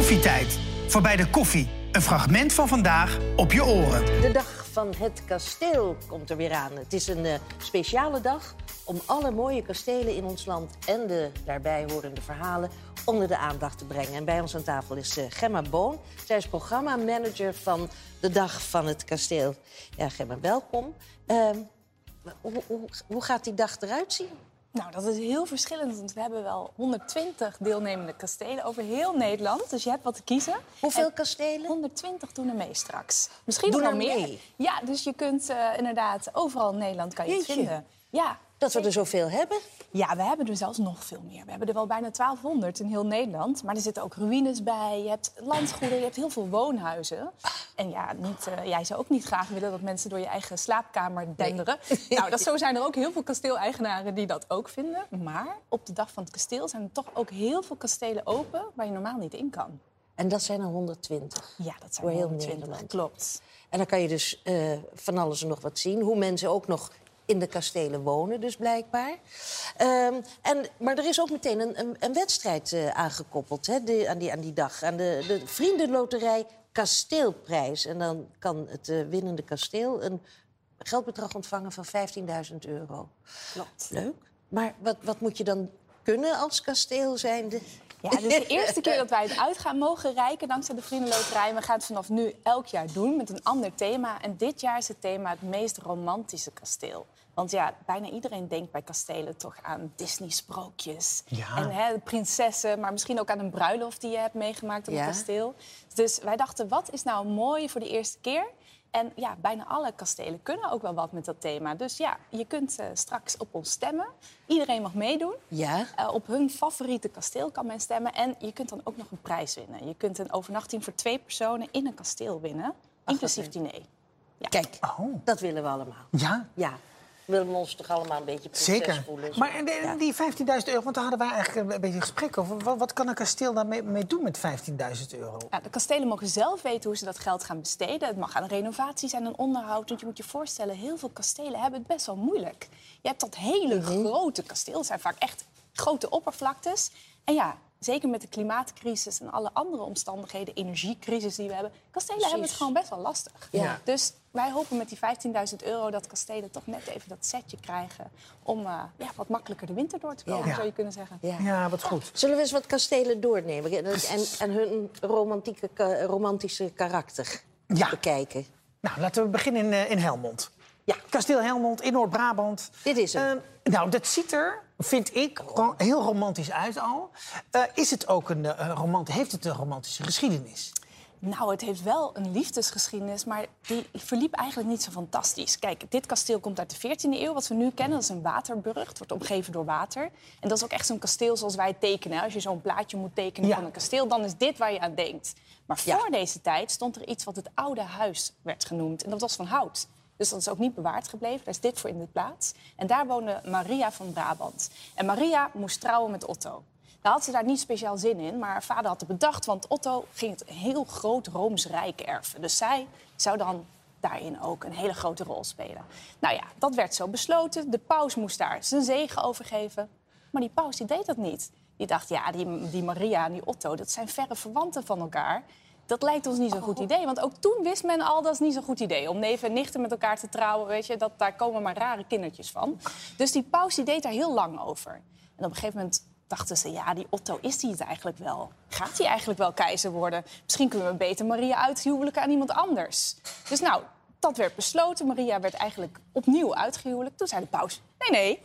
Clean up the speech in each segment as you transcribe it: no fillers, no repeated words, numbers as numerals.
Koffietijd. Voorbij de koffie. Een fragment van vandaag op je oren. De dag van het kasteel komt er weer aan. Het is een speciale dag om alle mooie kastelen in ons land en de daarbij horende verhalen onder de aandacht te brengen. En bij ons aan tafel is Gemma Boon. Zij is programmamanager van de dag van het kasteel. Ja, Gemma, welkom. Hoe gaat die dag eruit zien? Nou, dat is heel verschillend, want we hebben wel 120 deelnemende kastelen over heel Nederland. Dus je hebt wat te kiezen. Hoeveel kastelen? 120 doen er mee straks. Misschien Doen nog wel er meer. mee? Ja, dus je kunt inderdaad overal in Nederland kan je het Jeetje. vinden. Ja. Dat we er zoveel hebben? Ja, we hebben er zelfs nog veel meer. We hebben er wel bijna 1200 in heel Nederland. Maar er zitten ook ruïnes bij, je hebt landgoederen, je hebt heel veel woonhuizen. En ja, jij zou ook niet graag willen dat mensen door je eigen slaapkamer denderen. Nee. Nou, zo zijn er ook heel veel kasteeleigenaren die dat ook vinden. Maar op de dag van het kasteel zijn er toch ook heel veel kastelen open waar je normaal niet in kan. En dat zijn er 120? Ja, dat zijn door heel 120, Nederland. Klopt. En dan kan je dus van alles en nog wat zien. Hoe mensen ook nog in de kastelen wonen, dus blijkbaar. Maar er is ook meteen een wedstrijd aangekoppeld aan die dag. Aan de Vriendenloterij Kasteelprijs. En dan kan het winnende kasteel een geldbedrag ontvangen van €15.000. Klopt. Leuk. Maar wat moet je dan kunnen als kasteel zijnde? Ja, dit is de eerste keer dat wij het uit gaan mogen reiken dankzij de Vriendenloterij. We gaan het vanaf nu elk jaar doen met een ander thema. En dit jaar is het thema het meest romantische kasteel. Want ja, bijna iedereen denkt bij kastelen toch aan Disney-sprookjes. Ja. En prinsessen, maar misschien ook aan een bruiloft die je hebt meegemaakt op een kasteel. Dus wij dachten, wat is nou mooi voor de eerste keer? En ja, bijna alle kastelen kunnen ook wel wat met dat thema. Dus ja, je kunt straks op ons stemmen. Iedereen mag meedoen. Ja. Op hun favoriete kasteel kan men stemmen. En je kunt dan ook nog een prijs winnen. Je kunt een overnachting voor 2 personen in een kasteel winnen. Inclusief diner. Ja. Kijk, dat willen we allemaal. Ja? Ja. Willen we ons toch allemaal een beetje prinses voelen? Zeker. Maar die €15.000, want daar hadden wij eigenlijk een beetje gesprek over. Wat kan een kasteel daarmee doen met €15.000? Ja, de kastelen mogen zelf weten hoe ze dat geld gaan besteden. Het mag aan renovatie zijn en onderhoud. Want je moet je voorstellen, heel veel kastelen hebben het best wel moeilijk. Je hebt dat hele grote kasteel. Het zijn vaak echt grote oppervlaktes. En ja, zeker met de klimaatcrisis en alle andere omstandigheden, energiecrisis die we hebben, kastelen hebben het gewoon best wel lastig. Ja. Dus wij hopen met die €15.000 dat kastelen toch net even dat setje krijgen om wat makkelijker de winter door te komen, zou je kunnen zeggen. Ja, wat goed. Zullen we eens wat kastelen doornemen en hun romantische karakter bekijken? Nou, laten we beginnen in Helmond. Ja. Kasteel Helmond in Noord-Brabant. Dit is hem. Nou, dat ziet er, vind ik, gewoon heel romantisch uit al. Is het ook heeft het een romantische geschiedenis? Nou, het heeft wel een liefdesgeschiedenis, maar die verliep eigenlijk niet zo fantastisch. Kijk, dit kasteel komt uit de 14e eeuw, wat we nu kennen. Dat is een waterburcht, het wordt omgeven door water. En dat is ook echt zo'n kasteel zoals wij het tekenen. Als je zo'n plaatje moet tekenen van een kasteel, dan is dit waar je aan denkt. Maar voor deze tijd stond er iets wat het oude huis werd genoemd. En dat was van hout. Dus dat is ook niet bewaard gebleven. Daar is dit voor in de plaats. En daar woonde Maria van Brabant. En Maria moest trouwen met Otto. Nou had ze daar niet speciaal zin in, maar haar vader had het bedacht, want Otto ging het een heel groot Rooms Rijk erven. Dus zij zou dan daarin ook een hele grote rol spelen. Nou ja, dat werd zo besloten. De paus moest daar zijn zegen overgeven. Maar die paus die deed dat niet. Die dacht, ja, die Maria en die Otto, dat zijn verre verwanten van elkaar. Dat lijkt ons niet zo'n goed idee. Want ook toen wist men al, dat is niet zo'n goed idee. Om neven en nichten met elkaar te trouwen, weet je, daar komen maar rare kindertjes van. Dus die paus die deed daar heel lang over. En op een gegeven moment dachten ze, ja, die Otto, is die het eigenlijk wel? Gaat hij eigenlijk wel keizer worden? Misschien kunnen we beter Maria uithuwelijken aan iemand anders. Dus nou, dat werd besloten. Maria werd eigenlijk opnieuw uitgehuwelijkt. Toen zei de paus, nee,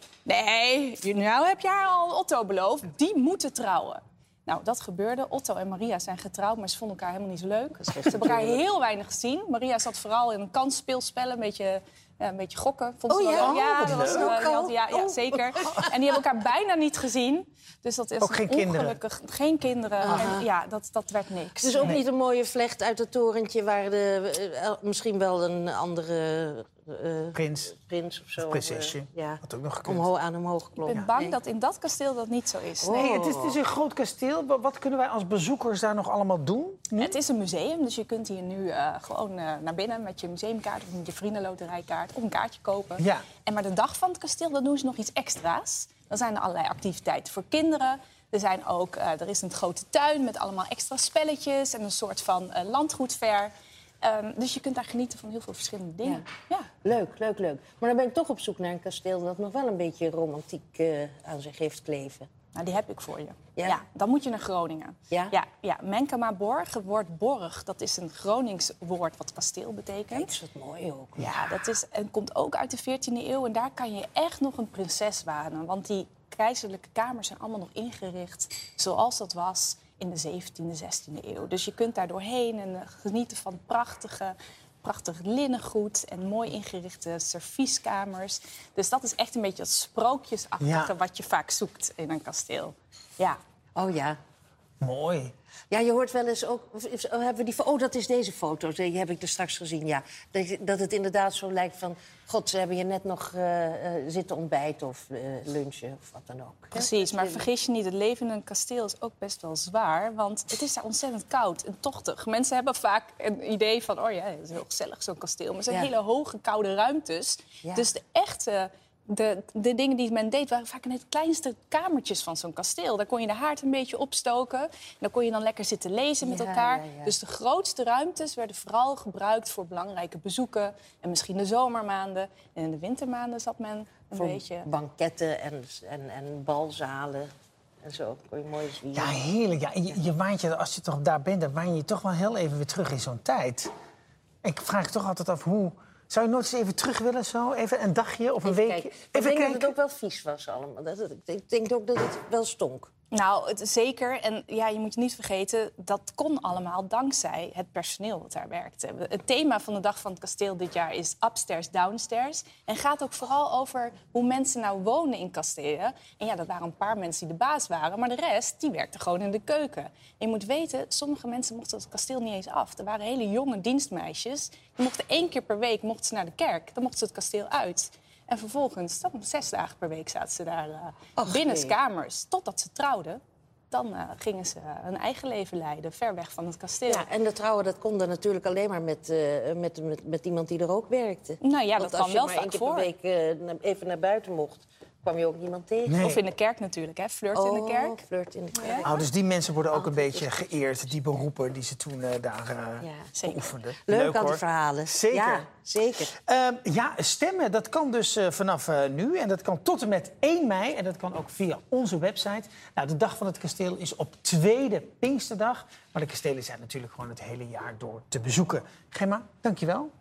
nou heb je haar al Otto beloofd. Die moeten trouwen. Nou, dat gebeurde. Otto en Maria zijn getrouwd, maar ze vonden elkaar helemaal niet zo leuk. Ze hebben elkaar heel weinig gezien. Maria zat vooral in kansspelspellen, een beetje gokken. Vond ze wel leuk. Ja, dat was ja, zeker. En die hebben elkaar bijna niet gezien. Dus dat is ook geen ongelukkig. Geen kinderen. En ja, dat werd niks. Het is ook niet een mooie vlecht uit het torentje waar misschien wel een andere prins of zo. Prinsesje. Had ook nog gekund. Aan omhoog geklopt. Ik ben bang dat in dat kasteel dat niet zo is. Nee, het is een groot kasteel. Wat kunnen wij als bezoekers daar nog allemaal doen? Het is een museum, dus je kunt hier nu gewoon naar binnen met je museumkaart of met je vriendenloterijkaart of een kaartje kopen. Ja. Maar de dag van het kasteel, dan doen ze nog iets extra's. Dan zijn er allerlei activiteiten voor kinderen. Er is een grote tuin met allemaal extra spelletjes en een soort van landgoedver. Dus je kunt daar genieten van heel veel verschillende dingen. Ja. Leuk. Maar dan ben ik toch op zoek naar een kasteel dat nog wel een beetje romantiek aan zich heeft kleven. Nou, die heb ik voor je. Ja? Ja, dan moet je naar Groningen. Ja? Ja, Menkemaborg, het woord borg, dat is een Gronings woord wat kasteel betekent. Kijk, is wat mooi ook. Ja, en komt ook uit de 14e eeuw. En daar kan je echt nog een prinses wanen. Want die keizerlijke kamers zijn allemaal nog ingericht zoals dat was in de 17e, 16e eeuw. Dus je kunt daar doorheen en genieten van prachtig linnengoed en mooi ingerichte servieskamers. Dus dat is echt een beetje dat sprookjesachtige wat je vaak zoekt in een kasteel. Ja. Oh ja. Mooi. Ja, je hoort wel eens ook... Hebben we dat is deze foto, die heb ik er straks gezien, ja. Dat het inderdaad zo lijkt van... God, ze hebben hier net nog zitten ontbijten of lunchen of wat dan ook. Precies, maar vergis je niet, het leven in een kasteel is ook best wel zwaar. Want het is daar ontzettend koud en tochtig. Mensen hebben vaak een idee van, oh ja, het is heel gezellig zo'n kasteel. Maar het zijn hele hoge, koude ruimtes. Ja. Dus de echte... De dingen die men deed waren vaak in het kleinste kamertjes van zo'n kasteel. Daar kon je de haard een beetje opstoken. En dan kon je dan lekker zitten lezen met elkaar. Ja. Dus de grootste ruimtes werden vooral gebruikt voor belangrijke bezoeken. En misschien de zomermaanden. En in de wintermaanden zat men een beetje... banketten en balzalen. En zo kon je mooi zien. Ja, heerlijk. Ja, je waant je, als je toch daar bent, dan waan je toch wel heel even weer terug in zo'n tijd. Ik vraag je toch altijd af hoe... Zou je nooit eens even terug willen, zo? Even een dagje of een week? Ik denk dat het ook wel vies was allemaal. Ik denk ook dat het wel stonk. Nou, zeker. En ja, je moet je niet vergeten, dat kon allemaal dankzij het personeel dat daar werkte. Het thema van de Dag van het Kasteel dit jaar is upstairs, downstairs. En gaat ook vooral over hoe mensen nou wonen in kastelen. En ja, dat waren een paar mensen die de baas waren, maar de rest, die werkte gewoon in de keuken. En je moet weten, sommige mensen mochten het kasteel niet eens af. Er waren hele jonge dienstmeisjes. Die mochten 1 keer per week mochten ze naar de kerk. Dan mochten ze het kasteel uit. En vervolgens, 6 dagen per week zaten ze daar binnenskamers. Totdat ze trouwden. Dan gingen ze hun eigen leven leiden, ver weg van het kasteel. Ja, en de trouwen, dat kon dan natuurlijk alleen maar met iemand die er ook werkte. Nou ja, dat kwam wel vaak voor. Als je maar 1 keer per week even naar buiten mocht, kwam je ook niemand tegen. Nee. Of in de kerk natuurlijk, hè? Flirt in de kerk. Flirt in de kerk. Oh, dus die mensen worden ook een beetje geëerd, die beroepen die ze toen daar oefenden. Leuk al die verhalen. Zeker. Ja, zeker. Stemmen, dat kan dus vanaf nu. En dat kan tot en met 1 mei. En dat kan ook via onze website. Nou, de Dag van het Kasteel is op 2e Pinksterdag. Maar de kastelen zijn natuurlijk gewoon het hele jaar door te bezoeken. Gemma, dankjewel.